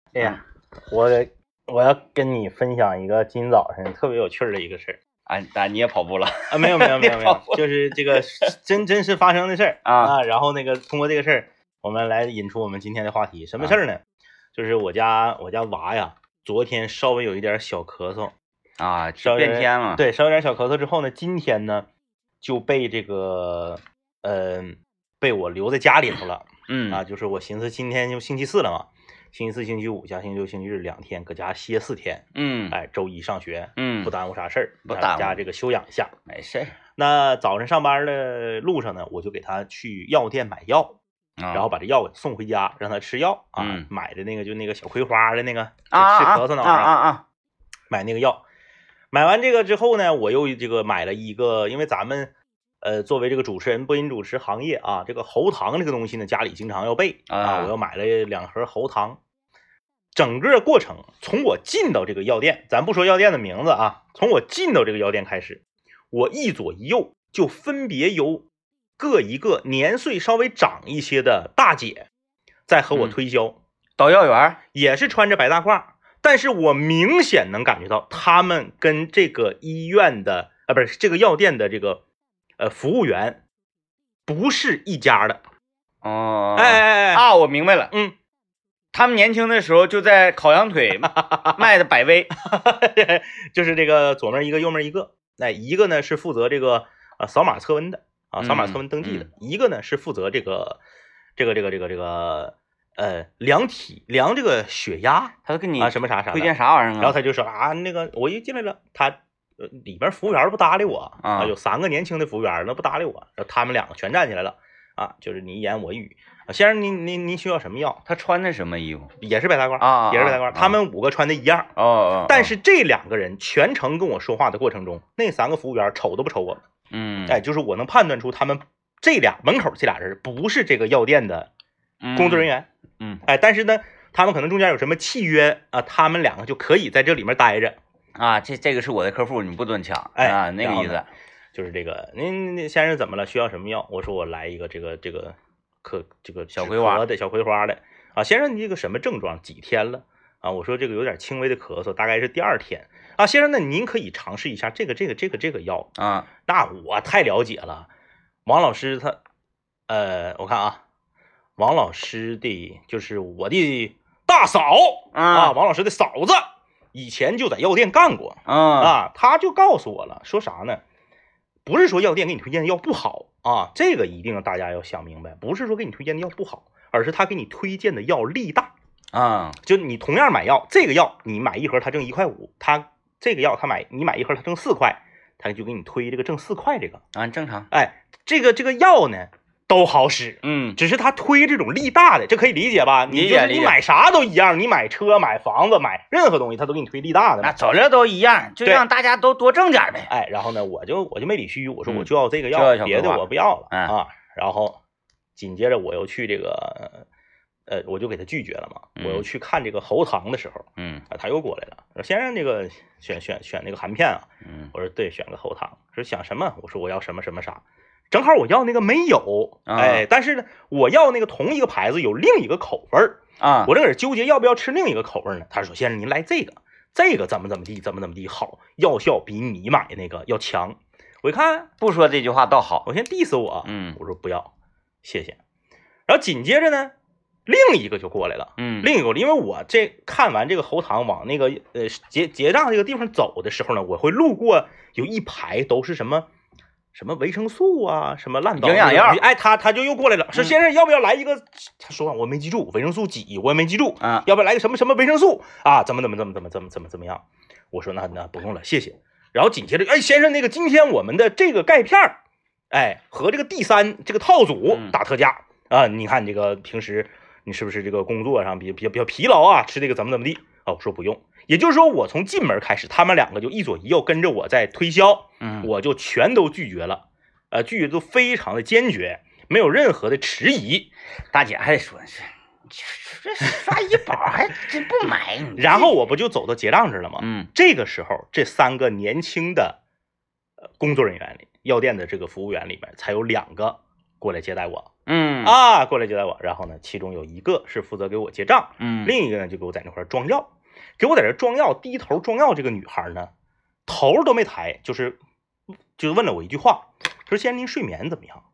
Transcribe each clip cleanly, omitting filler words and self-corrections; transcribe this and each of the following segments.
哎呀，我要跟你分享一个今早上特别有趣的一个事儿你也跑步了啊？没有，就是这个真实发生的事儿啊。然后通过这个事儿，我们来引出我们今天的话题。什么事儿呢？就是我家娃呀，昨天稍微有一点小咳嗽啊，变天了。 对，稍微有点小咳嗽之后呢，今天呢就被被我留在家里头了。就是我寻思今天就星期四了嘛。星期四、星期五加星期六、星期日2天，搁家歇4天。周一上学。不耽误啥事儿， 不耽误。 家这个休养一下， 没事。 那早上上班的路上呢，我就给他去药店买药，然后把这药给送回家，让他吃药啊。买的就那个小葵花的那个治咳嗽那玩意儿买那个药。买完这个之后呢，我又这个买了一个，因为咱们作为这个主持人播音主持行业啊，这个喉糖这个东西呢，家里经常要备啊。我又买了2盒喉糖。整个过程从我进到这个药店，咱不说药店的名字啊，从我进到这个药店开始，我一左一右就分别由各一个年岁稍微长一些的大姐在和我推销。 导药员也是穿着白大褂，但是我明显能感觉到他们跟这个医院的不是这个药店的这个服务员不是一家的。 我明白了。他们年轻的时候就在烤羊腿卖的百威就是这个左面一个右面一个。一个呢是负责这个扫码测温的啊，扫码测温登记的。一个呢是负责这个量这个血压。 他都跟你什么啥推荐啥玩意儿啊？ 然后他就说我一进来了，他里边服务员不搭理我有3个年轻的服务员那不搭理我，然后他们2个全站起来了就是你一言我一语。先生，您需要什么药？ 他穿的什么衣服？ 也是白大褂也是白大褂。他们5个穿的一样但是这2个人全程跟我说话的过程中，那3个服务员瞅都不瞅我。就是我能判断出他们门口这俩人不是这个药店的工作人员。但是呢，他们可能中间有什么契约他们2个就可以在这里面待着这个是我的客户，你不准抢那个意思。 就是这个，您先生怎么了？需要什么药？我说我来一个这个小葵花的先生，你这个什么症状？几天了我说这个有点轻微的咳嗽，大概是第2天先生，那您可以尝试一下这个药那我太了解了。王老师他我看王老师的就是我的大嫂王老师的嫂子以前就在药店干过他就告诉我了，说啥呢？不是说药店给你推荐的药不好这个一定大家要想明白，不是说给你推荐的药不好，而是他给你推荐的药力大就你同样买药，这个药你买1盒他挣1块5，他这个药你买1盒他挣4块，他就给你推这个挣4块这个正常。 这个药呢都好使只是他推这种力大的，这可以理解吧？你买啥都一样，你买车买房子买任何东西他都给你推力大的， 那走了都一样，就让大家都多挣点呗。 然后呢我就没理虚，我说我就要这个药，别的我不要了然后紧接着我又去这个我就给他拒绝了嘛。我又去看这个喉糖的时候他又过来了，说先生这个选那个含片我说对，选个喉糖。说想什么？我说我要什么什么啥。正好我要那个没有但是呢我要那个同一个牌子有另一个口味我正在纠结要不要吃另一个口味呢。他说先生您来这个怎么地好，药效比你买那个要强。我一看不说这句话倒好， 我先 diss 我我说不要谢谢。然后紧接着呢另一个就过来了另一个，因为我看完这个喉糖往那个结账这个地方走的时候呢，我会路过有一排都是什么维生素什么烂营养药他就又过来了，说先生要不要来一个他说我没记住维生素几，我也没记住要不要来个什么维生素怎么样。我说那不用了谢谢。然后紧接着先生那个今天我们的这个钙片和这个第3这个套组打特价你看这个平时你是不是这个工作上比较疲劳吃这个怎么地我说不用。也就是说我从进门开始他们2个就一左一右跟着我在推销我就全都拒绝了拒绝都非常的坚决，没有任何的迟疑。 大姐还说是这刷医保还真不买然后我不就走到结账这了吗这个时候这3个年轻的工作人员里，药店的这个服务员里面才有2个过来接待我，过来接待我。然后呢，其中有一个是负责给我结账，另一个呢就给我在那块装药，给我在这装药，低头装药。这个女孩呢，头都没抬，就是问了我一句话，说先生您睡眠怎么样？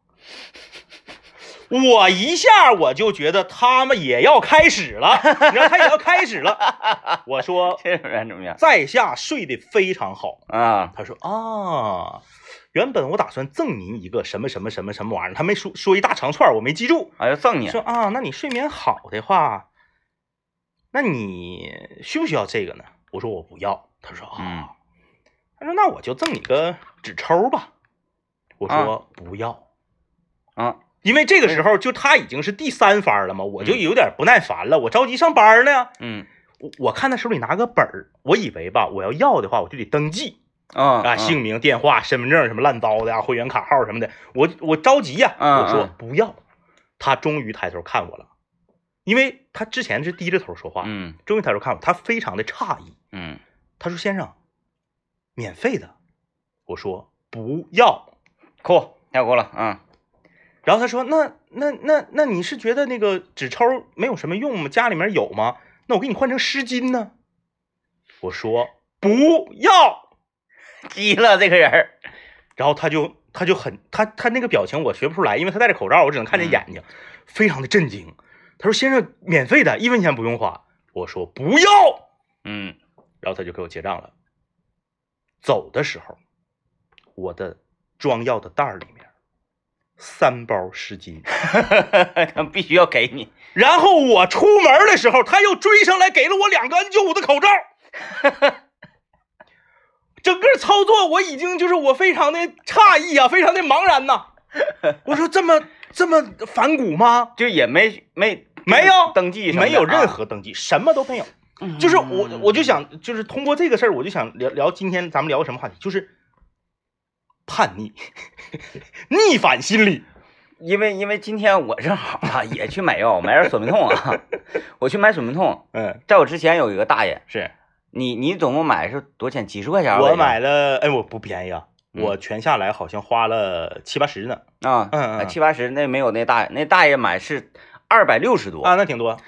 我一下我就觉得他们也要开始了，你知道他也要开始了。我说这人怎么样？ 在下睡得非常好啊。 他说啊，原本我打算赠您一个什么什么什么什么玩意儿，他没说一大长串，我没记住。 要赠你。 说啊，那你睡眠好的话，那你需不需要这个呢？我说我不要。他说啊，他说那我就赠你个纸抽吧。我说不要啊。 因为这个时候就他已经是第3番了嘛，我就有点不耐烦了，我着急上班呢。我看他手里拿个本儿，我以为吧，我要的话我就得登记姓名、电话、身份证什么烂糟的会员卡号什么的，我着急呀。我说不要。他终于抬头看我了，因为他之前是低着头说话，终于抬头看我，他非常的诧异。他说先生，免费的。我说不要。 酷，太酷了。 然后他说那你是觉得那个纸抽没有什么用吗？家里面有吗？那我给你换成湿巾呢。我说不要。 急了这个人。 然后他很他那个表情我学不出来，因为他戴着口罩，我只能看见眼睛，非常的震惊。他说先生，免费的，1分钱不用花。我说不要。然后他就给我结账了。走的时候，我的装药的袋里面3包湿巾， 他必须要给你。 然后我出门的时候，他又追上来给了我2个 N95 的口罩。整个操作我已经就是我非常的诧异啊，非常的茫然呐。我说这么反骨吗？ 就也没有登记， 没有任何登记，什么都没有。就是我就想，就是通过这个事儿，我就想聊今天咱们聊个什么话题，就是叛逆逆反心理。 因为今天我正好也去买药，买点索命痛啊。我去买索命痛。在我之前有一个大爷。 是你总共买是多少钱？几十块钱？ 我买了，我不便宜啊，我全下来好像花了70-80呢。 70-80，那没有那大爷买是260多啊，那挺多。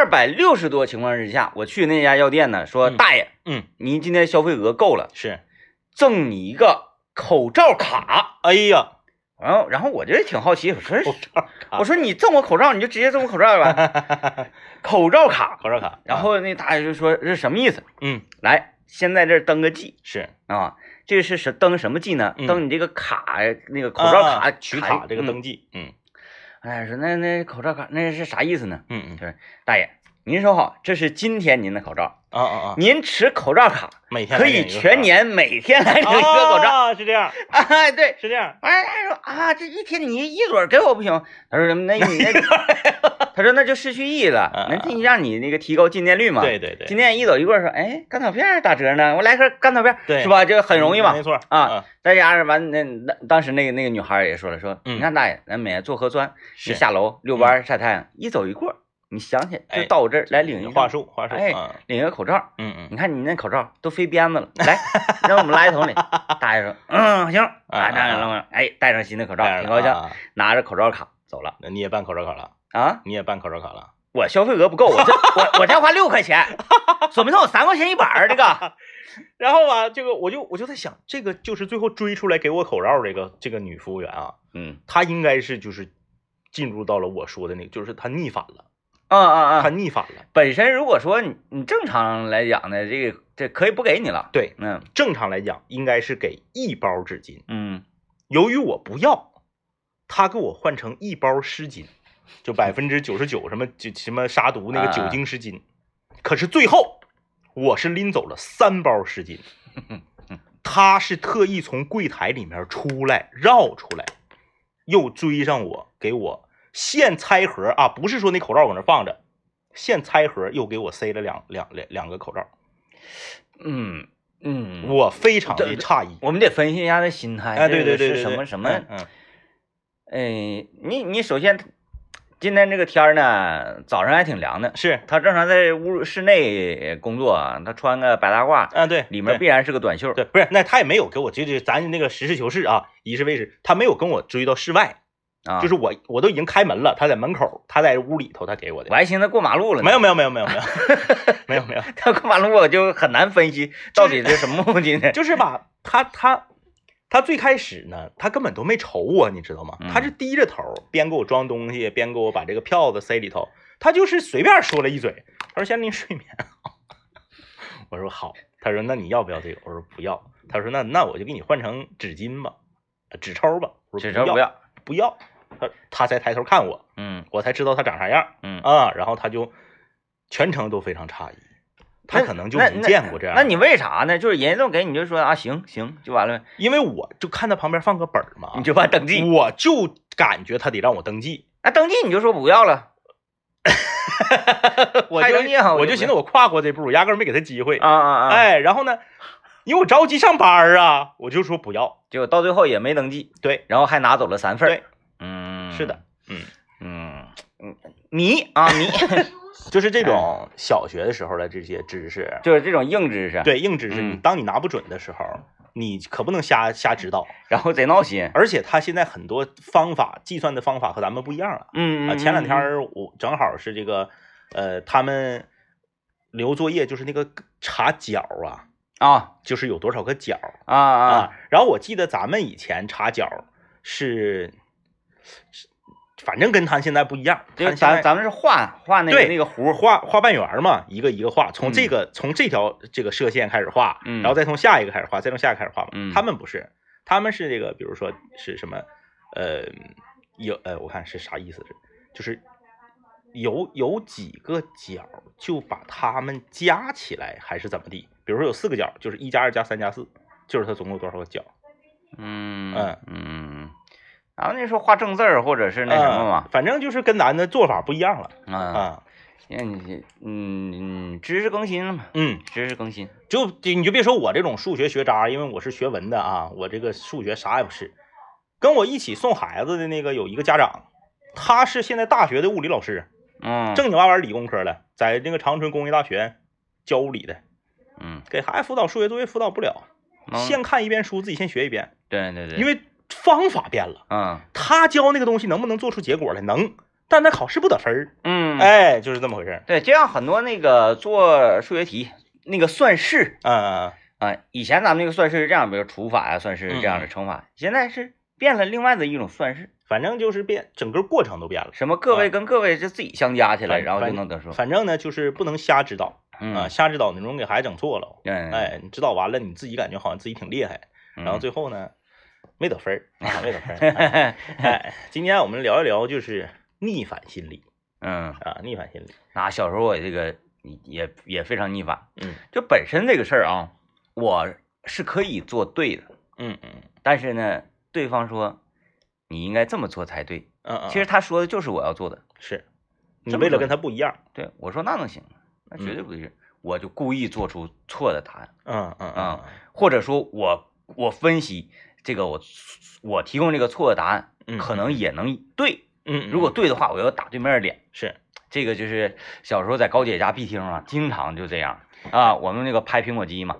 260多情况之下，我去那家药店呢，说大爷，您今天消费额够了， 是赠你一个口罩卡。 哎呀， 然后我就挺好奇，我说你赠我口罩，你就直接赠我口罩吧。口罩卡。然后那大爷就说这是什么意思？来，先在这儿登个记。 是啊，这个是登什么记呢？登你这个卡，那个口罩卡取卡这个登记。 说那口罩卡那是啥意思呢？就是大爷，您说好，这是今天您的口罩您持口罩卡， 每天可以全年每天来领一个口罩。 是这样对， 是这样。 他说这一天你一撮给我不行。他说那你他说那就失去意义了。那让你那个提高进店率嘛。 对。 今天一走一过说，哎，甘草片打折呢，我来颗甘草片，是吧？这很容易嘛。 没错再加上完当时那个女孩也说了，说你看大爷，咱每天做核酸，你下楼遛弯晒太阳，一走一过。你想起就到我这儿来领一个话术， 领一个口罩。你看你那口罩都飞鞭子了，来让我们垃圾桶里。大爷说，行，戴上新的口罩，挺高兴，拿着口罩卡走了。 那你也办口罩卡了啊？ 你也办口罩卡了？ 我消费额不够，我才花6块钱，索命痛3块钱一板这个。 然后吧，这个我就在想，这个就是最后追出来给我口罩这个女服务员啊，她应该是就是进入到了我说的那个，就是她逆反了。他逆反了。 本身如果说你正常来讲呢，这可以不给你了。 对，正常来讲应该是给1包纸巾。由于我不要，他给我换成1包湿巾，就99%什么杀毒那个酒精湿巾。可是最后我是拎走了3包湿巾，他是特意从柜台里面出来绕出来，又追上我给我。现拆盒啊，不是说那口罩搁那放着，现拆盒又给我塞了两个口罩。我非常的诧异。 我们得分析一下他心态。 对， 是什么？你首先今天这个天呢，早上还挺凉的。 是他正常在室内工作，他穿个白大褂对， 里面必然是个短袖。 对，不是，那他也没有给我咱那个实事求是啊，以事为实，他没有跟我追到室外。 啊， 就是我都已经开门了，他在门口，他在屋里头，他给我的。 我还寻思过马路了呢。 没有， 他过马路我就很难分析到底是什么目的呢？ 就是吧，他最开始呢，他根本都没瞅我，你知道吗？他是低着头，边给我装东西，边给我把这个票子塞里头。他就是随便说了一嘴，他说先令睡眠好。我说好。他说那你要不要这个？我说不要。他说那我就给你换成纸巾吧，纸抽吧。我说纸抽不要。他才抬头看我，我才知道他长啥样，然后他就全程都非常诧异，他可能就没见过这样。 那你为啥呢？就是人家都给你就说啊，行就完了。 因为我就看他旁边放个本嘛， 你就把登记， 我就感觉他得让我登记。 那登记你就说不要了。 我就寻思我跨过这步，压根没给他机会啊！ 哎，然后呢，因为我着急上班啊，我就说不要， 结果到最后也没登记。 对， 然后还拿走了3份。 对，是的， 迷， 就是这种小学的时候的这些知识， 就是这种硬知识。 对，硬知识，当你拿不准的时候，你可不能瞎知道， 然后贼闹心。 而且他现在很多计算的方法和咱们不一样了。前2天我正好是这个，他们留作业就是那个查角就是有多少个角然后我记得咱们以前查角是反正跟他现在不一样， 咱们是画那个弧， 画半圆嘛，一个一个画，从这条这个射线开始画，然后再从下一个开始画，再从下一个开始画嘛。他们不是，他们是这个，比如说是什么，我看是啥意思，就是有几个角就把它们加起来，还是怎么地？比如说有4个角，就是1加2加3加4，就是它总共有多少个角？ 然后那时候画正字儿或者是那什么嘛， 反正就是跟咱的做法不一样了知识更新了嘛，知识更新， 你就别说我这种数学学渣，因为我是学文的啊，我这个数学啥也不是。跟我一起送孩子的那个有一个家长，他是现在大学的物理老师，正经八百理工科的，在那个长春工业大学教物理的，给孩子辅导数学作业辅导不了，先看一遍书，自己先学一遍， 对， 因为方法变了，他教那个东西能不能做出结果来，能，但他考试不得分哎，就是这么回事。 对，就像很多那个做数学题那个算式，以前咱们那个算式是这样，比如除法呀，算式这样的乘法，现在是变了另外的一种算式， 反正就是整个过程都变了。 什么个位跟个位就自己相加起来，然后就能得出。 反正呢，就是不能瞎指导，瞎指导你容易给孩子整错了。哎，你指导完了，你自己感觉好像自己挺厉害，然后最后呢，没得分没得分哎，今天我们聊一聊就是逆反心理。逆反心理。 小时候我这个也非常逆反。就本身这个事儿啊，我是可以做对的。但是呢，对方说你应该这么做才对。其实他说的就是我要做的。 是。你为了跟他不一样。 对，我说那能行？那绝对不是。我就故意做出错的答案。或者说我分析这个我提供这个错的答案，可能也能对。如果对的话，我要打对面的脸。 是， 这个就是小时候在高姐家 B 厅啊，经常就这样我们那个拍苹果肌嘛，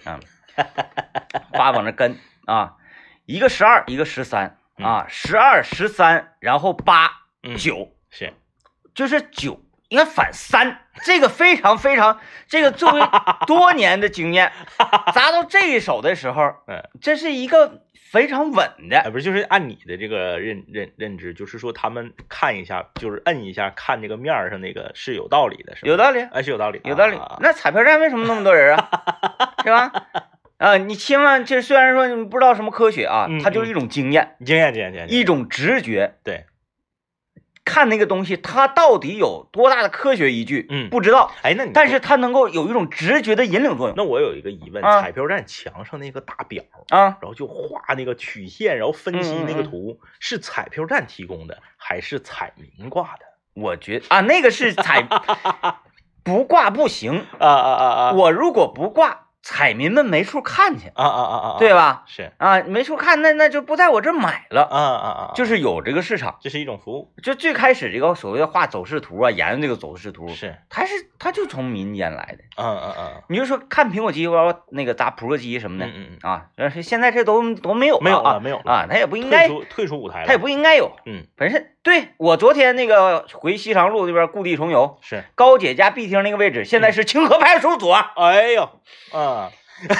花往那跟一个12，一个13，12、13，然后8、9， 是， 就是9应该反3，这个非常非常，这个作为多年的经验，砸到这一手的时候，这是一个非常稳的。 不是，就是按你的这个认知，就是说他们看一下，就是摁一下，看这个面上那个是有道理的，是吧？ 有道理， 是有道理， 有道理。那彩票站为什么那么多人啊？是吧？你千万这虽然说你不知道什么科学它就是一种经验，一种直觉。 对。 看那个东西，它到底有多大的科学依据？不知道。但是它能够有一种直觉的引领作用。 那我有一个疑问，彩票站墙上那个大表然后就画那个曲线，然后分析那个图，是彩票站提供的，还是彩民挂的？ 我觉得那个是不挂不行我如果不挂，彩民们没处看去对吧？ 是没处看，那就不在我这买了就是有这个市场， 这是一种服务。 就最开始这个所谓的画走势图研究这个走势图， 是它就从民间来的。 嗯， 你就说看苹果肌，我那个砸扑克机什么的，啊，现在这都没有了， 没有啊，他也不应该退出舞台了， 他也不应该有。本身对我昨天那个回西长路那边故地重游， 是高姐家壁厅那个位置，现在是清河派出所。 哎呦，啊。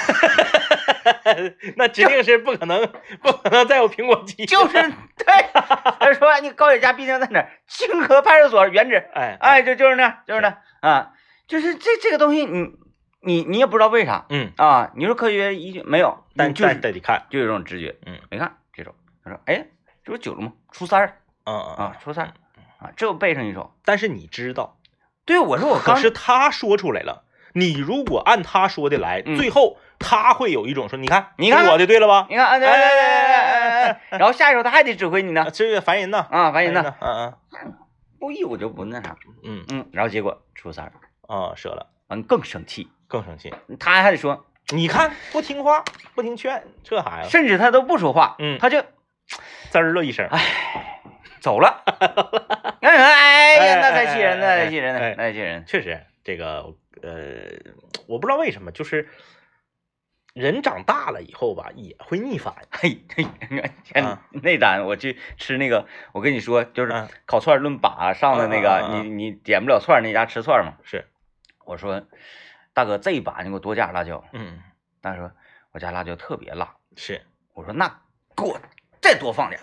那指定是不可能再有苹果肌， 就是对。他说你高姐家毕竟在哪儿？清河派出所原址。哎，就是那啊，就是这个东西，你也不知道为啥，啊，你说科学依据没有，但就是得看， 就有这种直觉，没看这首，他说，哎，这不9了吗？初3，初3啊，这我背上一首， 但是你知道， 对，我说可是他说出来了。你如果按他说的来，最后他会有一种说，你看我就对了吧？ 你看，然后下一首他还得指挥你呢， 这个烦人呢啊，烦人呢，故意我就不那啥，然后结果初3 折了， 完更生气，他还得说， 你看不听话，不听劝，这孩子， 甚至他都不说话，他就滋儿了一声， 哎，走了，哎呀，那才气人，那才气人， 确实这个。我不知道为什么，就是人长大了以后吧，也会逆反。 嘿，那单我去吃那个，我跟你说，就是烤串论把上的那个，你点不了串那家吃串嘛？ 是， 我说大哥这一把你给我多加辣椒。大哥说我家辣椒特别辣。 是， 我说那给我再多放点。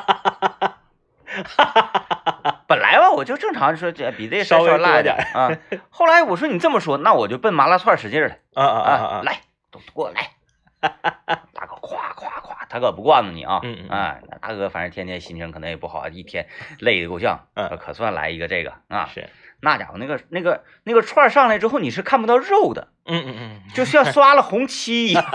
本来吧，我就正常说比这稍微辣一点啊。后来我说你这么说，那我就奔麻辣串使劲了。来，都给我来。大哥，夸，他可不惯着你啊。大哥反正天天心情可能也不好，一天累得够呛。可算来一个这个啊。 是， 那家伙那个串上来之后，你是看不到肉的。就像刷了红漆一样。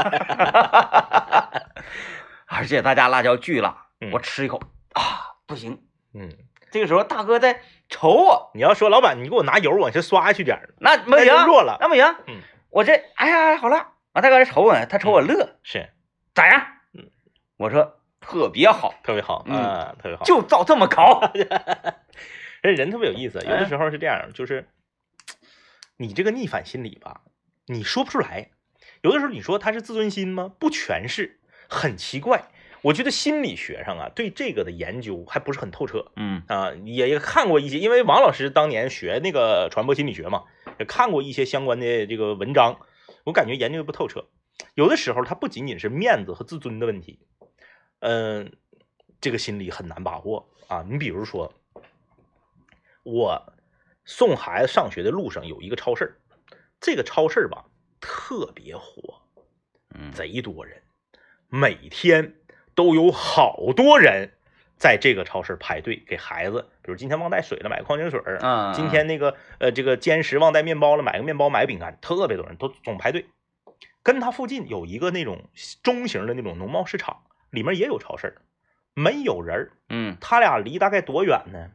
而且他家辣椒巨辣，我吃一口啊，不行。这个时候大哥在瞅我， 你要说老板，你给我拿油往下刷下去点， 那不行， 弱了， 那不行。我这哎呀好了，完大哥这瞅我，他瞅我乐， 是咋样？我说特别好， 特别好，特别好， 就照这么烤。 人特别有意思，有的时候是这样，就是你这个逆反心理吧，你说不出来。有的时候你说他是自尊心吗？不全是，很奇怪。我觉得心理学上啊，对这个的研究还不是很透彻。也看过一些，因为王老师当年学那个传播心理学嘛，也看过一些相关的这个文章，我感觉研究不透彻。有的时候它不仅仅是面子和自尊的问题，这个心理很难把握啊。你比如说，我送孩子上学的路上有一个超市，这个超市吧特别火，贼多人，每天都有好多人在这个超市排队给孩子，比如今天忘带水了，买个矿泉水今天那个这个坚持忘带面包了，买个面包买个饼干，特别多人都总排队。跟他附近有一个那种中型的那种农贸市场，里面也有超市，没有人。他俩离大概多远呢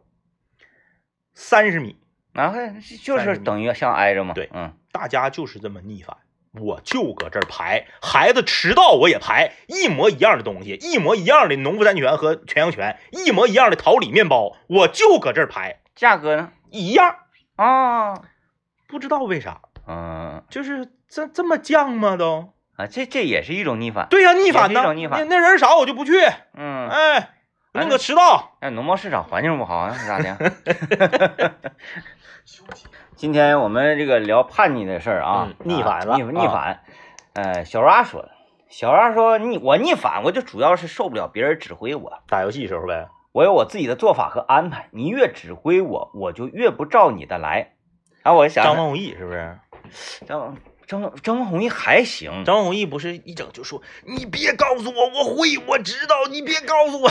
？30米， 然后就是等于像挨着嘛。 对，大家就是这么逆反。我就搁这儿排，孩子迟到我也排，一模一样的东西，一模一样的农夫山泉和全羊泉，一模一样的桃李面包，我就搁这儿排。 价格呢？ 一样啊， 不知道为啥，就是这么犟吗都？ 啊，这也是一种逆反。 对呀，逆反呢，那人少我就不去。宁可迟到。 农贸市场环境不好啊，咋的？今天我们这个聊叛逆的事儿啊， 逆反了， 逆反。小抓说了，小抓说我逆反，我就主要是受不了别人指挥我。 打游戏时候呗， 我有我自己的做法和安排，你越指挥我，我就越不照你的来。啊，我想张文宏毅是不是？ 张文宏毅还行， 张文宏毅不是一整就说你别告诉我，我会，我知道，你别告诉我。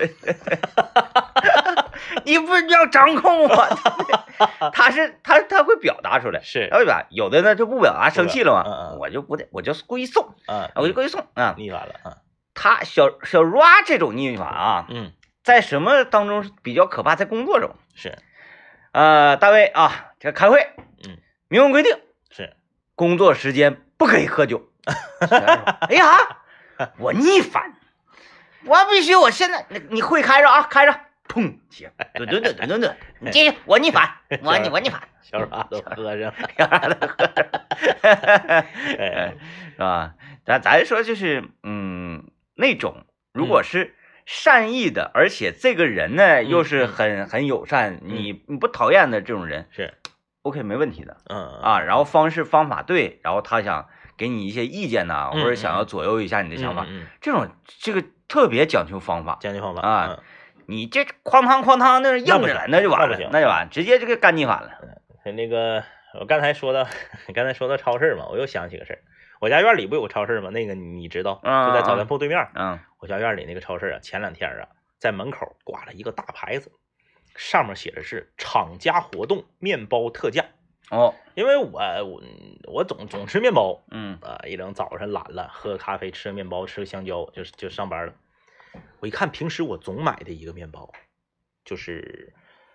你不是要掌控我？他会表达出来， 是， 对吧？有的呢就不表达，生气了嘛，我就不得，我就故意送，我就故意送啊， 逆反了啊。 他小 ra 这种逆反啊，在什么当中比较可怕？在工作中是， 单位啊，这开会，明文规定是工作时间不可以喝酒。哎呀，我逆反，我必须，我现在你会开着啊，开着。噗， 砰起，对，你继续，我逆反，我逆反， 小傻都喝上， 小傻都喝上，是吧？咱说就是那种如果是善意的，而且这个人呢又是很友善，你不讨厌的这种人是 OK 没问题的，然后方法对，然后他想给你一些意见呐，或者想要左右一下你的想法，这个特别讲究方法啊，你这哐当那是硬着，那就完了，直接这个干逆反了。 那个我刚才说到超市嘛，我又想起个事儿。我家院里不有个超市吗？那个你知道，就在早餐铺对面。我家院里那个超市啊，前2天啊，在门口挂了一个大牌子，上面写的是厂家活动面包特价。因为我总吃面包，一整早上懒了，喝咖啡，吃个面包，吃个香蕉，就上班了。我一看，平时我总买的一个面包，就是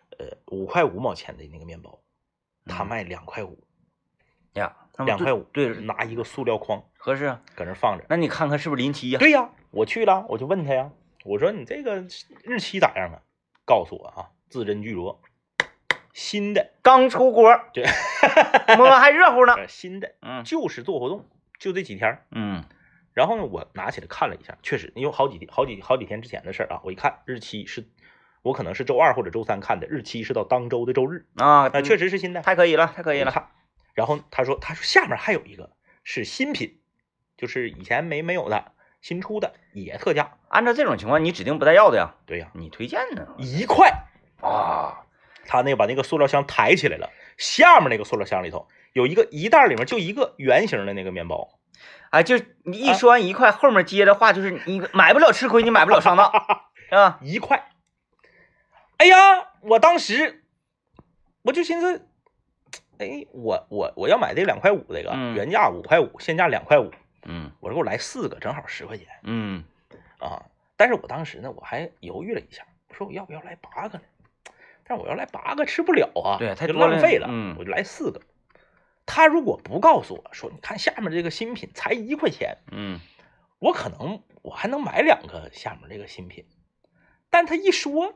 5块5毛钱的那个面包，他卖2块5 呀 ，2块5， 对， 拿一个塑料筐， 合适啊， 搁那放着。 那你看看是不是临期呀？ 对呀，我去了，我就问他呀，我说你这个日期咋样啊？告诉我啊，字斟句酌，新的， 刚出锅， 对， 摸还热乎呢， 新的，就是做活动，就这几天，然后呢，我拿起来看了一下，确实，因为好几天之前的事儿啊，我一看日期是，我可能是周2或者周3看的，日期是到当周的周日啊， 那确实是新的， 太可以了。 然后他说下面还有一个是新品，就是以前没有的，新出的也特价。 按照这种情况，你指定不带要的呀？ 对呀， 你推荐呢 ？1块啊！他把那个塑料箱抬起来了，下面那个塑料箱里头有一袋里面就一个圆形的那个面包。 哎，就你一说完1块，后面接的话就是你买不了吃亏，你买不了上当啊 ！1块，哎呀，我当时我就寻思，哎，我要买这2块5这个，原价5块5，现价2块5，我说给我来4个，正好10块钱，但是我当时呢，我还犹豫了一下，我说我要不要来8个呢？但是我要来8个吃不了啊， 对，太就浪费了，我就来4个。他如果不告诉我说，你看下面这个新品才1块钱，我可能我还能买2个下面这个新品，但他一说，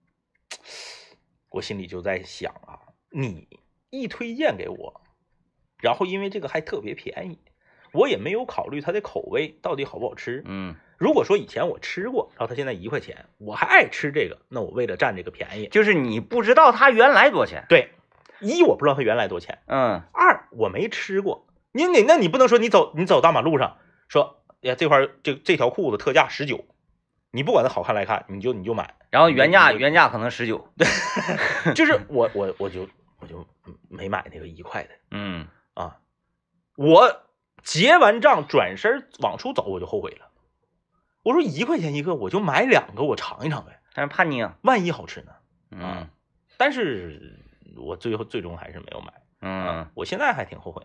我心里就在想啊，你一推荐给我，然后因为这个还特别便宜，我也没有考虑它的口味到底好不好吃，如果说以前我吃过，然后它现在1块钱，我还爱吃这个，那我为了占这个便宜， 就是你不知道它原来多少钱， 对。1我不知道它原来多少钱，2我没吃过，那你不能说你走大马路上说呀这块这条裤子特价19，你不管它好看来看，你就买， 然后原价可能19， 对，就是我就没买那个1块的，我结完账转身往出走，我就后悔了，我说1块钱一个，我就买2个我尝一尝呗， 但是叛逆啊， 万一好吃呢，但是。我最终还是没有买，我现在还挺后悔。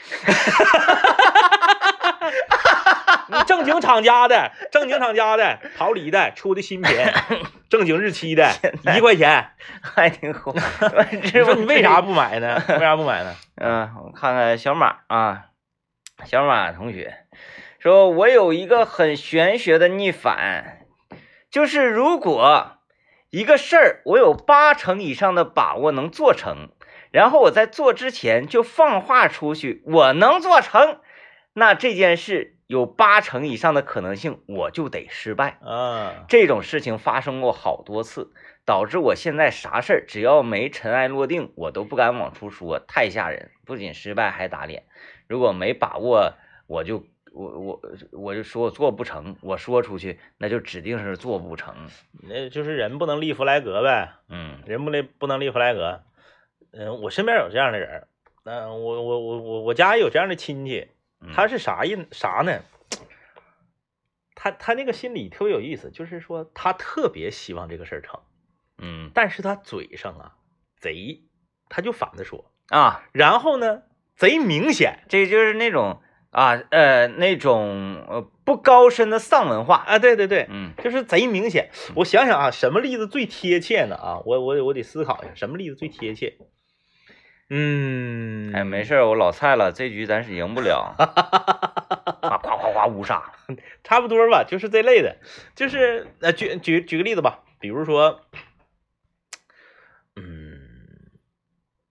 你正经厂家的桃李的出的新品，正经日期的1块钱， 还挺后悔。 你说你为啥不买呢？ 我看看小马啊，小马同学说，我有一个很玄学的逆反，就是如果。一个事儿我有80%以上的把握能做成，然后我在做之前就放话出去我能做成，那这件事有80%以上的可能性我就得失败这种事情发生过好多次，导致我现在啥事儿只要没尘埃落定我都不敢往出说，太吓人，不仅失败还打脸。如果没把握我就说我做不成，我说出去那就指定是做不成， 那就是人不能立弗莱格呗，人不能立弗莱格，我身边有这样的人，我家也有这样的亲戚，他是啥呢？他那个心理特别有意思，就是说他特别希望这个事儿成，但是他嘴上啊他就反着说然后呢贼明显， 这就是那种。那种不高深的丧文化啊，对，就是贼明显。我想想啊，什么例子最贴切呢？啊，我得思考一下，什么例子最贴切？ 哎，没事，我老蔡了，这局咱是赢不了。夸乌杀， 差不多吧，就是这类的。就是举个例子吧，比如说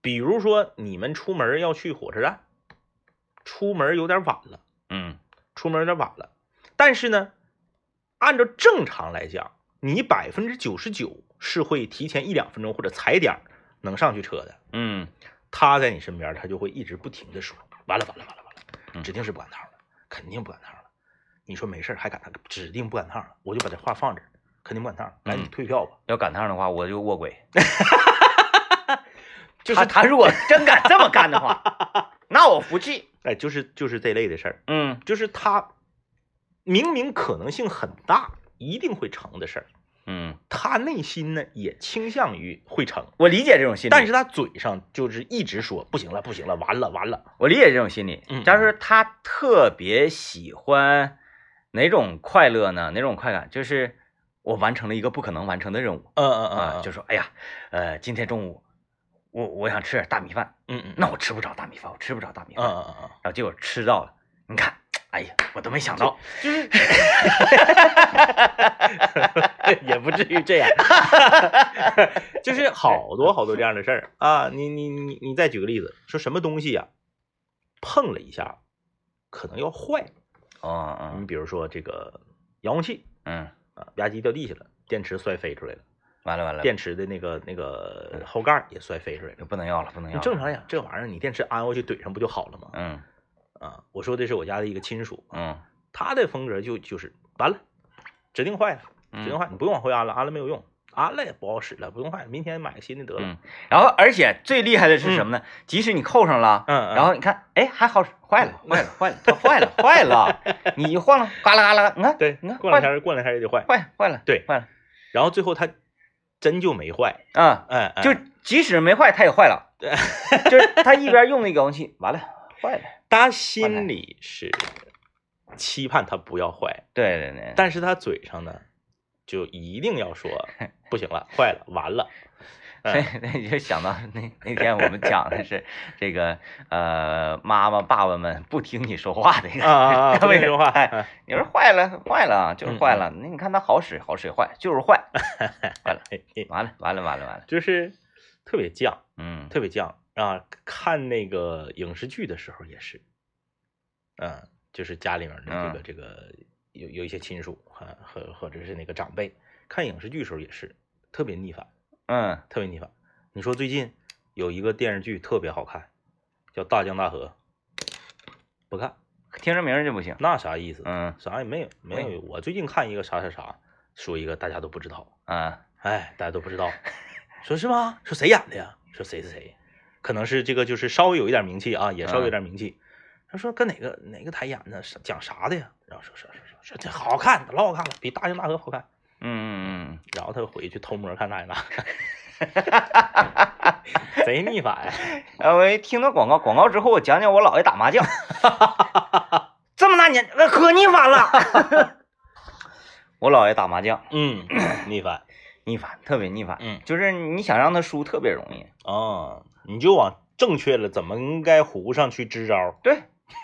比如说你们出门要去火车站，出门有点晚了，出门有点晚了，但是呢，按照正常来讲，你99%是会提前1-2分钟或者踩点能上去车的，他在你身边，他就会一直不停的说，完了，指定是不赶趟了，肯定不赶趟了。你说没事还赶趟，指定不赶趟了，我就把这话放这儿，肯定不赶趟了，来你退票吧。 要赶趟的话，我就卧轨。 就是他如果真敢这么干的话，那我服气。 哎，就是这类的事儿，就是他明明可能性很大，一定会成的事儿，他内心呢也倾向于会成。 我理解这种心理， 但是他嘴上就是一直说不行了，完了。 我理解这种心理，假如说他特别喜欢哪种快乐呢？哪种快感？就是我完成了一个不可能完成的任务，就说哎呀，今天中午。我想吃点大米饭，那我吃不着大米饭，然后结果吃到了，你看，哎呀，我都没想到， 就是也不至于这样，就是好多这样的事儿啊。你再举个例子，说什么东西呀，碰了一下可能要坏，你比如说这个遥控器，吧唧掉地下了，电池摔飞出来了。 完了， 电池的那个后盖也摔飞出来了， 不能要了。 正常来讲，这玩意儿你电池安过去怼上不就好了吗？我说的是我家的一个亲属，他的风格就是完了，指定坏了，你不用往回安了没有用，安了也不好使了，不用坏，明天买个新的得了。 然后而且最厉害的是什么呢？即使你扣上了，然后你看，哎，还好使，坏了，它坏了，你一晃了，嘎啦，你看， 对，过两天也就坏了， 对， 坏了， 然后最后他真就没坏就即使没坏，它也坏了。就是他一边用那个遥控器，完了坏了， 他心里是期盼它不要坏， 对， 但是他嘴上呢，就一定要说不行了，坏了，完了。 所以你就想到那天我们讲的是这个妈妈爸爸们不听你说话的一个不听说话， 你说坏了就是坏了，那你看它好使坏就是坏，完了， 就是特别犟，特别犟啊！看那个影视剧的时候也是，就是家里面的这个有一些亲属或者是那个长辈看影视剧的时候也是特别逆反。特别逆反。你说最近有一个电视剧特别好看，叫《大江大河》，不看， 听着名就不行， 那啥意思？啥也没有。我最近看一个啥，说一个大家都不知道，大家都不知道，说是吗？说谁演的呀？说谁是谁？可能是这个就是稍微有一点名气啊，也稍微有点名气。他说跟哪个台演的，讲啥的呀？然后说这好看，老好看了，比《大江大河》好看。然后他回去偷摸看大江大河，贼逆反。 我一听到广告之后，我讲我姥爷打麻将，这么大年可逆反了。我姥爷打麻将， 逆反， 特别逆反。就是你想让他输特别容易你就往正确了怎么应该胡上去支招。 对，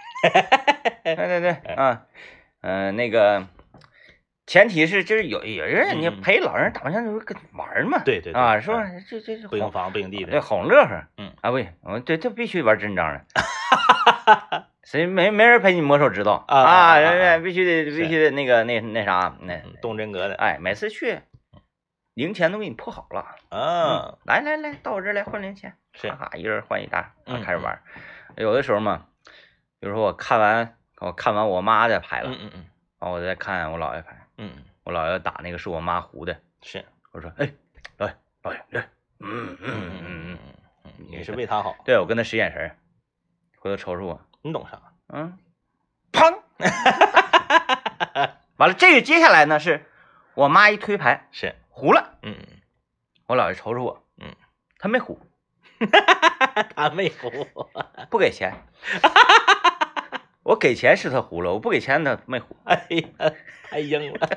那个。前提是就是有人你陪老人打麻将就是跟玩嘛， 对是吧？这不赢房不赢地的， 对，哄乐呵。不行，这必须玩真章的。谁没人陪你摸手指头必须得那个那啥动真格的。 每次去零钱都给你铺好了来到我这儿来换零钱，一人换一沓开始玩。有的时候嘛，比如说我看完我妈的牌了，我再看我姥爷牌。我姥爷打那个是我妈胡的， 是我说老爷， 你是为他好， 对我跟他使眼神，回头瞅瞅我， 你懂啥？ 砰，完了这个接下来呢是我妈一推牌是胡了，我姥爷瞅瞅我，他没胡， 他没胡， 不给钱。我给钱是他胡了，我不给钱他没胡。 哎呀，太硬了。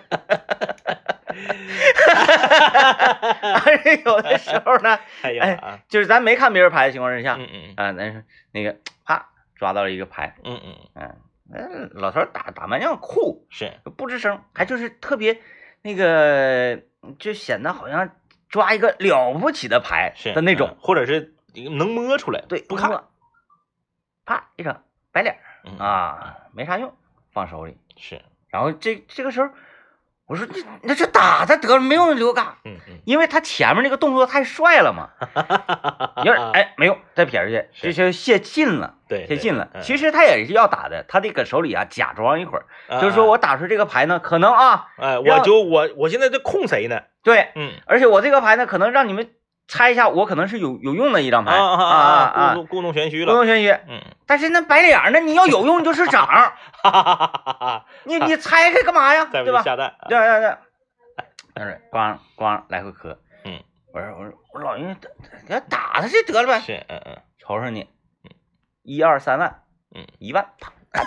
而且有的时候呢，就是咱没看别人牌的情况之下，那个啪抓到了一个牌，老头打麻将酷， 是不吱声，还就是特别那个，就显得好像抓一个了不起的牌的那种， 或者是能摸出来， 对， 不看， 啪一整白脸啊，没啥用，放手里是。 然后这个时候，我说那就打他得了，没用留干，因为他前面那个动作太帅了嘛，有点没用，再撇出去，这就泄劲了， 对， 泄劲了。其实他也是要打的，他得搁手里啊假装一会儿，就是说我打出这个牌呢，可能啊， 我现在在控谁呢？ 对，而且我这个牌呢，可能让你们猜一下，我可能是有用的一张牌故弄玄虚了， 故弄玄虚。但是那白脸呢，你要有用就是长，你猜开干嘛呀？对吧？ 下蛋， 对，但是咣来回磕，我说老爷给他打他就得了呗， 是， 瞅瞅你，1、2、3万，1万，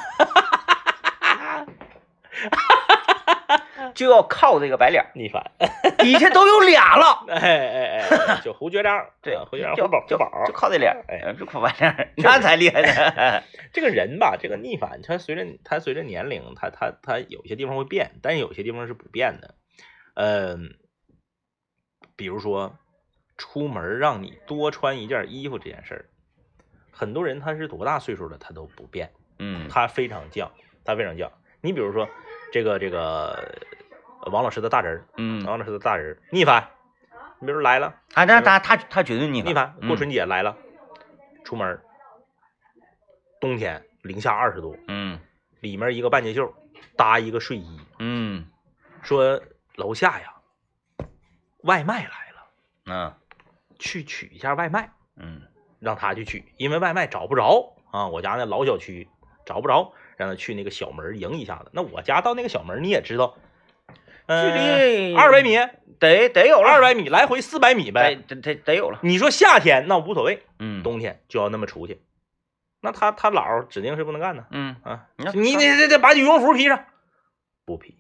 就要靠这个白脸逆反， 底下都有俩了， 就胡绝章， 对， 胡绝章胡宝就靠这脸，就靠白脸，那才厉害呢。 这个人吧，这个逆反，他随着年龄，他有些地方会变，但是有些地方是不变的。比如说出门让你多穿一件衣服这件事儿，很多人他是多大岁数了他都不变，他非常犟。你比如说这个王老师的大人，王老师的大人逆反，你比如说来了， 他绝对逆反，过春节来了，出门冬天零下20度，里面一个半截袖搭一个睡衣，说楼下呀外卖来了，去取一下外卖，让他去取，因为外卖找不着啊，我家那老小区找不着，让他去那个小门迎一下子。那我家到那个小门你也知道， 距离 200米， 得有了 200米，来回400米呗， 得有了。 你说夏天那无所谓，冬天就要那么出去，那他姥指定是不能干的，你得把羽绒服披上，不披，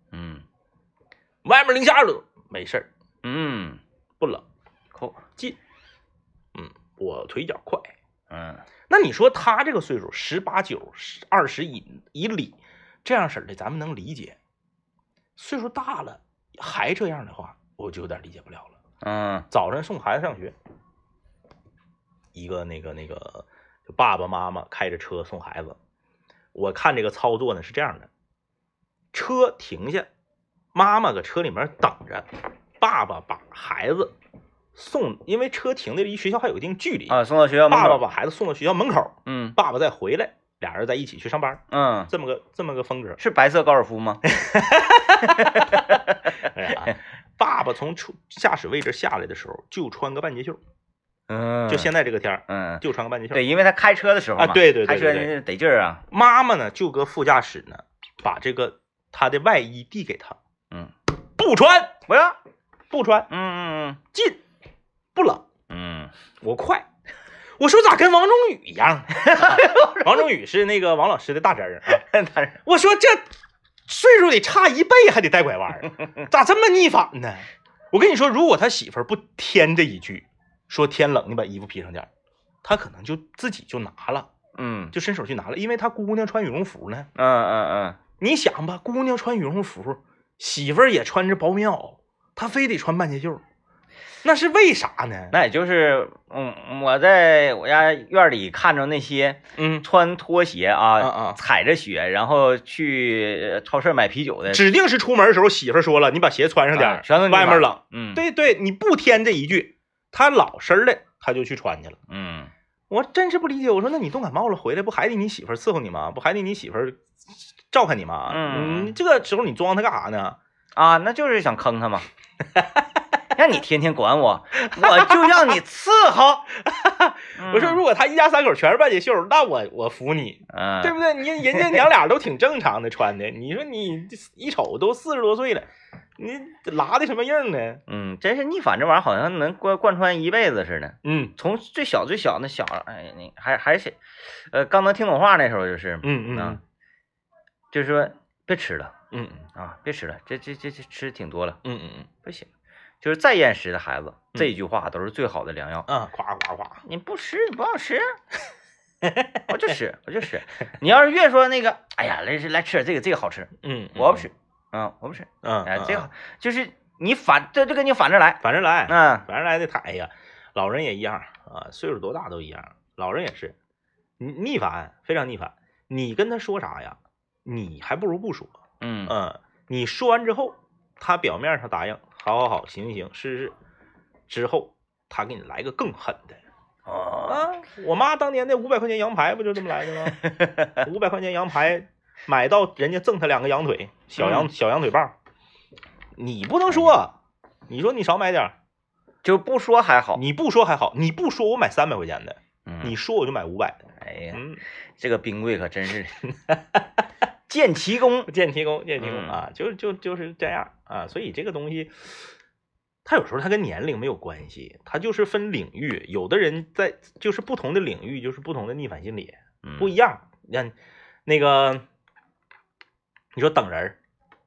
外面零下20度没事儿，不冷，近，我腿脚快，那你说他这个岁数18、9、20以里这样式的，咱们能理解。岁数大了还这样的话，我就有点理解不了了。早上送孩子上学，一个那个就爸爸妈妈开着车送孩子，我看这个操作呢是这样的：车停下，妈妈搁车里面等着，爸爸把孩子送，因为车停的离学校还有一定距离送到学校门口， 爸爸把孩子送到学校门口，爸爸再回来，俩人在一起去上班，这么个风格。 是白色高尔夫吗？ 爸爸从驾驶位置下来的时候就穿个半截袖，就现在这个天就穿个半截袖。 对，因为他开车的时候嘛， 对， 开车得劲儿啊。 妈妈呢就搁副驾驶呢，把这个他的外衣递给他，不穿，不穿，进，不冷，我快。我说咋跟王中宇一样？王中宇是那个王老师的大侄儿啊。我说这岁数得差1倍，还得带拐弯，咋这么逆反呢？我跟你说，如果他媳妇儿不添这一句，说天冷你把衣服披上点，他可能就自己就拿了，就伸手去拿了，因为他姑娘穿羽绒服呢。你想吧，姑娘穿羽绒服，媳妇儿也穿着薄棉袄，他非得穿半截袖。那是为啥呢？ 那也就是我在我家院里看着那些穿拖鞋踩着雪然后去超市买啤酒的， 指定是出门的时候媳妇说了，你把鞋穿上点，外面冷。对，你不添这一句，他老实的他就去穿去了。我真是不理解，我说那你冻感冒了回来不还得你媳妇伺候你吗？不还得你媳妇照看你吗？你这个时候你装他干啥呢？ 那就是想坑他嘛。让你天天管我，我就让你伺候。 我说如果他一家3口全是半截袖，那我服你，对不对？人家娘俩都挺正常的穿的，你说你一瞅都40多岁了，你拉的什么硬呢？ 真是逆反这玩意儿好像能贯穿一辈子似的。从最小那小，你还是刚能听懂话那时候就是，就是说别吃了，别吃了，这吃挺多了，不行。就是再厌食的孩子，这一句话都是最好的良药。 夸， 你不吃，你不让吃，我就吃。你要是越说那个，哎呀，来吃这个好吃，我不吃，我不吃，这个就是你反，这跟你反着来， 反着来的他，哎呀， 老人也一样啊，岁数多大都一样，老人也是逆反，非常逆反。你跟他说啥呀？你还不如不说。你说完之后，他表面上答应，好，行，是，之后他给你来个更狠的。我妈当年那500块钱羊排不就这么来的吗？500块钱羊排买到人家赠他2个羊腿，小羊腿棒。你不能说，你说你少买点， 就不说还好。 你不说还好，你不说我买300块钱的，你说我就买500的。 哎呀，这个冰柜可真是见奇功啊，就是这样啊。所以这个东西，它有时候它跟年龄没有关系，它就是分领域。有的人在就是不同的领域，就是不同的逆反心理不一样。那个你说等人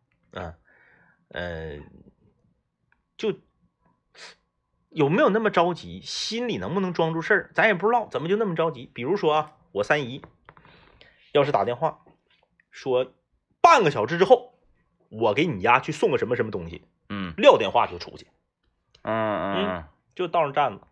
就有没有那么着急？心里能不能装住事儿？咱也不知道，怎么就那么着急？比如说啊，我3姨要是打电话说半个小时之后，我给你家去送个什么什么东西，撂电话就出去，就到那站了。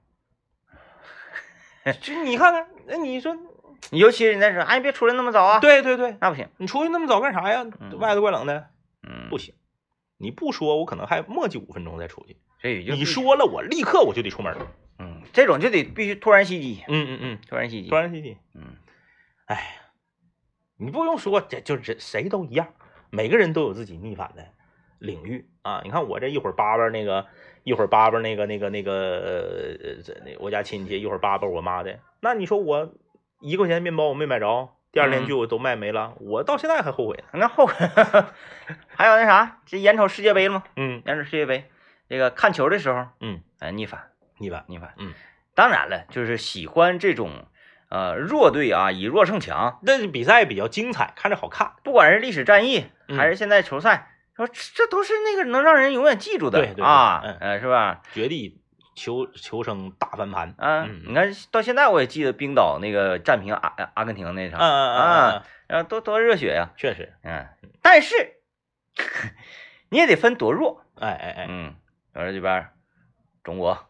就你看看，那你说， 尤其人家说，哎，别出来那么早啊。 对， 那不行， 你出去那么早干啥呀？外头怪冷的。不行，你不说，我可能还磨叽5分钟再出去。你说了，我立刻我就得出门。 这种就得必须突然袭击。突然袭击。 哎，你不用说，这就是谁都一样，每个人都有自己逆反的领域啊。你看我这一会儿叭叭那个，一会儿叭叭那个我家亲戚，一会儿叭叭我妈的。那你说我1块钱面包我没买着，第2天就都卖没了，我到现在还后悔呢。 那后悔。还有那啥，这眼瞅世界杯了吗？眼瞅世界杯，这个看球的时候，逆反。当然了，就是喜欢这种弱队啊，以弱胜强， 那比赛比较精彩，看着好看。 不管是历史战役还是现在球赛，说这都是那个能让人永远记住的。 对是吧？ 绝地求生大翻盘。 你看到现在我也记得冰岛那个战平阿根廷那场。然后多热血呀！ 确实。 但是你也得分多弱。我说这边中国，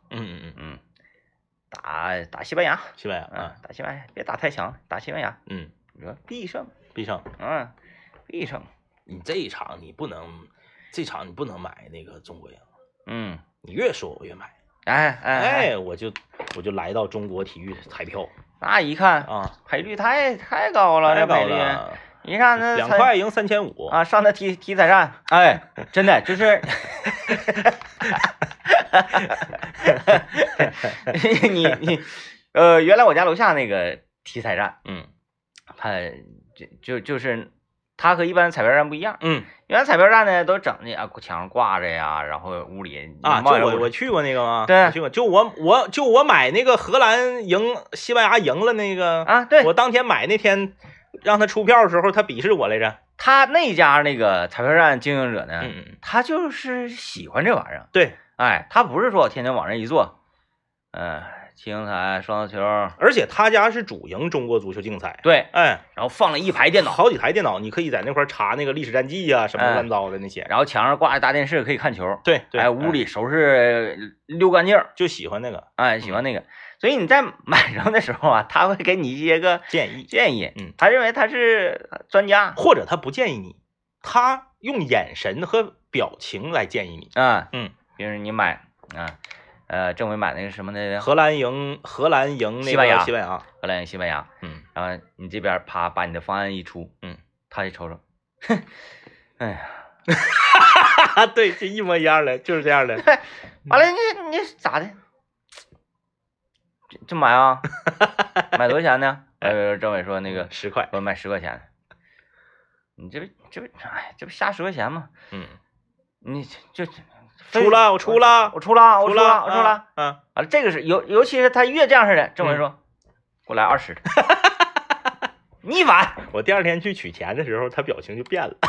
打西班牙，打西班牙，别打太强，打西班牙，你说必胜， 必胜。 你这一场你不能买那个中国赢。你越说我越买。我就来到中国体育彩票， 那一看赔率太高了，这赔率。一看那 2块赢3500 啊！上那体彩站，真的就是你原来我家楼下那个体彩站，它就是它和一般彩票站不一样，原来彩票站呢都整的墙上挂着呀，然后屋里就我去过那个吗？ 对， 我去过，就我买那个荷兰赢西班牙赢了那个对， 我当天买那天。让他出票的时候，他鄙视我来着。 他那家那个彩票站经营者呢，他就是喜欢这玩意儿。 对， 他不是说我天天往这一坐，七星彩、双色球， 而且他家是主营中国足球竞彩。 对，然后放了一排电脑， 好几台电脑，你可以在那块查那个历史战绩啊，什么乱糟的那些。 然后墙上挂着大电视，可以看球。 对， 屋里收拾溜干净， 就喜欢那个， 喜欢那个。所以你在买上的时候啊，他会给你一些个建议， 他认为他是专家， 或者他不建议你，他用眼神和表情来建议你。 比如你买政委买那个什么的， 荷兰赢那个西班牙， 荷兰赢西班牙，然后你这边啪把你的方案一出，他一瞅瞅，哼，哎呀， 对，就一模一样的，就是这样的。 完了，你咋的？这买啊？买多少钱呢？政委说那个 10块， 我买10块钱。你这不瞎10块钱吗？你就我出了。 完了，这个是尤其是他越这样式的，政委说，给我来20的。逆反。 我第2天去取钱的时候，他表情就变了。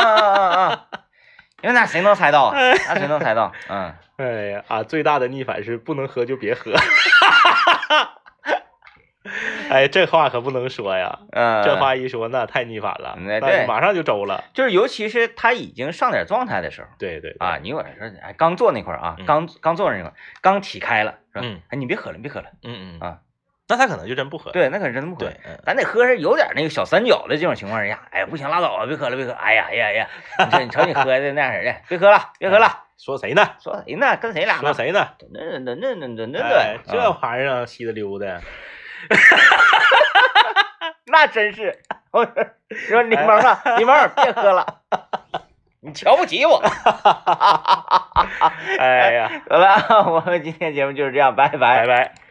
因为那谁能猜到？ 哎呀最大的逆反是不能喝就别喝。 哎，这话可不能说呀，这话一说那太逆反了，那马上就周了。 就是尤其是他已经上点状态的时候， 对啊，你我说哎，刚坐那块儿啊，刚坐那块儿，刚起开了，是吧？哎，你别喝了，别喝了，啊。 那他可能就真不喝， 对，那可真不喝。咱得喝是有点那个小三角的这种情况下，哎呀，不行，拉倒吧，别喝了，别喝。哎呀，你说你瞅你喝的那样式的，别喝了，别喝了。 说谁呢？ 说谁呢？跟谁俩呢？ 说谁呢？ 那这玩意儿稀的溜的， 那真是。我说李萌啊，李萌别喝了，你瞧不起我。 哎呀， 好了，我们今天节目就是这样，拜拜。